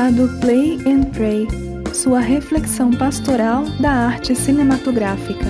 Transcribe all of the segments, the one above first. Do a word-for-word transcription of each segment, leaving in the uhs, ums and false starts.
chamado Play and Pray, sua reflexão pastoral da arte cinematográfica.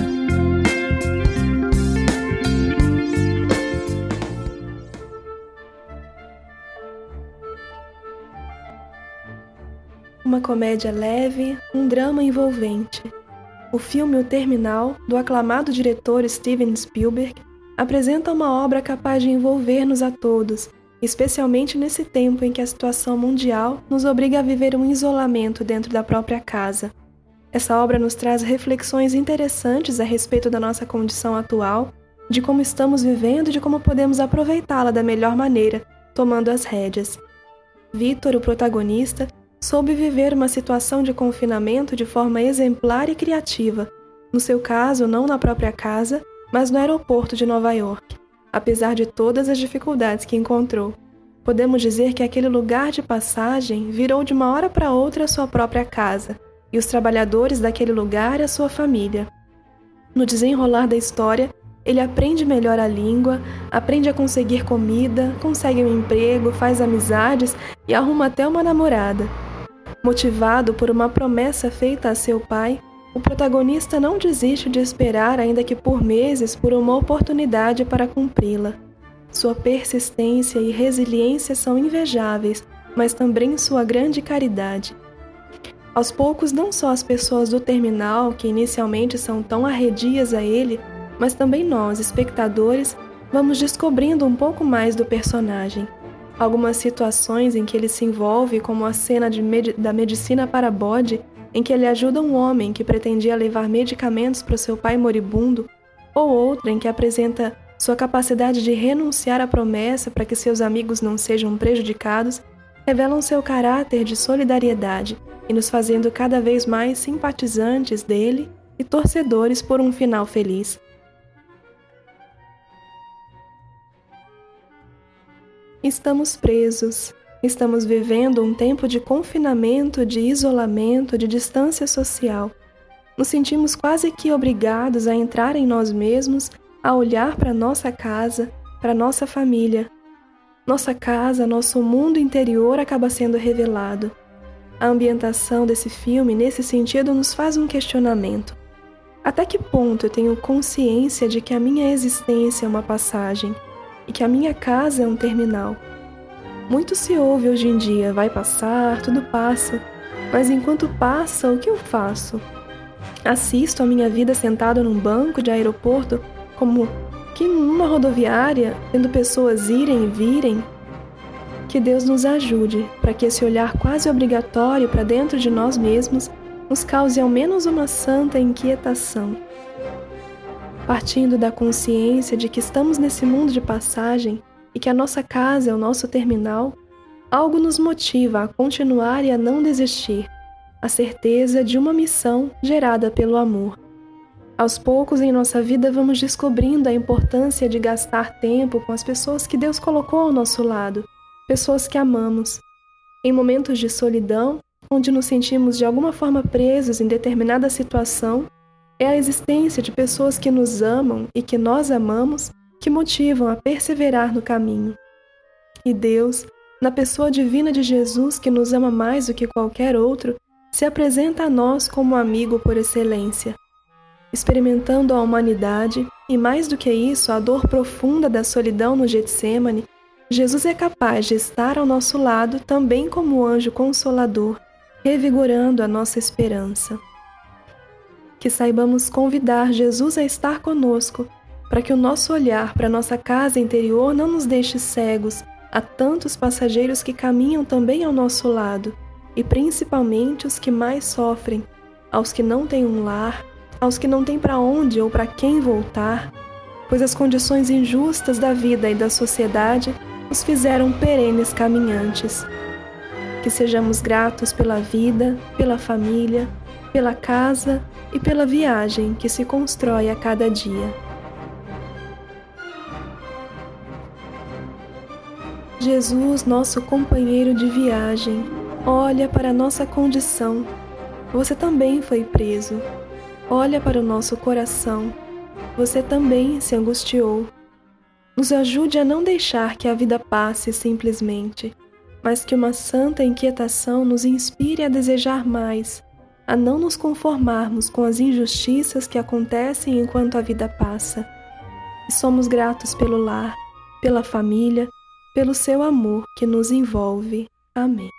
Uma comédia leve, um drama envolvente. O filme O Terminal, do aclamado diretor Steven Spielberg, apresenta uma obra capaz de envolver-nos a todos, especialmente nesse tempo em que a situação mundial nos obriga a viver um isolamento dentro da própria casa. Essa obra nos traz reflexões interessantes a respeito da nossa condição atual, de como estamos vivendo e de como podemos aproveitá-la da melhor maneira, tomando as rédeas. Victor, o protagonista, soube viver uma situação de confinamento de forma exemplar e criativa, no seu caso não na própria casa, mas no aeroporto de Nova York. Apesar de todas as dificuldades que encontrou, podemos dizer que aquele lugar de passagem virou de uma hora para outra a sua própria casa, e os trabalhadores daquele lugar a sua família. No desenrolar da história, ele aprende melhor a língua, aprende a conseguir comida, consegue um emprego, faz amizades e arruma até uma namorada. Motivado por uma promessa feita a seu pai, o protagonista não desiste de esperar, ainda que por meses, por uma oportunidade para cumpri-la. Sua persistência e resiliência são invejáveis, mas também sua grande caridade. Aos poucos, não só as pessoas do terminal, que inicialmente são tão arredias a ele, mas também nós, espectadores, vamos descobrindo um pouco mais do personagem. Algumas situações em que ele se envolve, como a cena de med- da medicina para bode, em que ele ajuda um homem que pretendia levar medicamentos para o seu pai moribundo, ou outra em que apresenta sua capacidade de renunciar à promessa para que seus amigos não sejam prejudicados, revelam seu caráter de solidariedade e nos fazendo cada vez mais simpatizantes dele e torcedores por um final feliz. Estamos presos. Estamos vivendo um tempo de confinamento, de isolamento, de distância social. Nos sentimos quase que obrigados a entrar em nós mesmos, a olhar para nossa casa, para nossa família. Nossa casa, nosso mundo interior acaba sendo revelado. A ambientação desse filme, nesse sentido, nos faz um questionamento. Até que ponto eu tenho consciência de que a minha existência é uma passagem e que a minha casa é um terminal? Muito se ouve hoje em dia, vai passar, tudo passa. Mas enquanto passa, o que eu faço? Assisto a minha vida sentado num banco de aeroporto, como que numa rodoviária, vendo pessoas irem e virem? Que Deus nos ajude, para que esse olhar quase obrigatório para dentro de nós mesmos nos cause ao menos uma santa inquietação. Partindo da consciência de que estamos nesse mundo de passagem, e que a nossa casa é o nosso terminal, algo nos motiva a continuar e a não desistir, a certeza de uma missão gerada pelo amor. Aos poucos em nossa vida vamos descobrindo a importância de gastar tempo com as pessoas que Deus colocou ao nosso lado, pessoas que amamos. Em momentos de solidão, onde nos sentimos de alguma forma presos em determinada situação, é a existência de pessoas que nos amam e que nós amamos que motivam a perseverar no caminho. E Deus, na pessoa divina de Jesus, que nos ama mais do que qualquer outro, se apresenta a nós como amigo por excelência. Experimentando a humanidade, e mais do que isso, a dor profunda da solidão no Getsêmani, Jesus é capaz de estar ao nosso lado também como anjo consolador, revigorando a nossa esperança. Que saibamos convidar Jesus a estar conosco, para que o nosso olhar para nossa casa interior não nos deixe cegos a tantos passageiros que caminham também ao nosso lado, e principalmente os que mais sofrem, aos que não têm um lar, aos que não têm para onde ou para quem voltar, pois as condições injustas da vida e da sociedade os fizeram perenes caminhantes. Que sejamos gratos pela vida, pela família, pela casa e pela viagem que se constrói a cada dia. Jesus, nosso companheiro de viagem, olha para a nossa condição. Você também foi preso. Olha para o nosso coração. Você também se angustiou. Nos ajude a não deixar que a vida passe simplesmente. mas que uma santa inquietação nos inspire a desejar mais, a não nos conformarmos com as injustiças que acontecem enquanto a vida passa. E somos gratos pelo lar, pela família, pelo seu amor que nos envolve. Amém.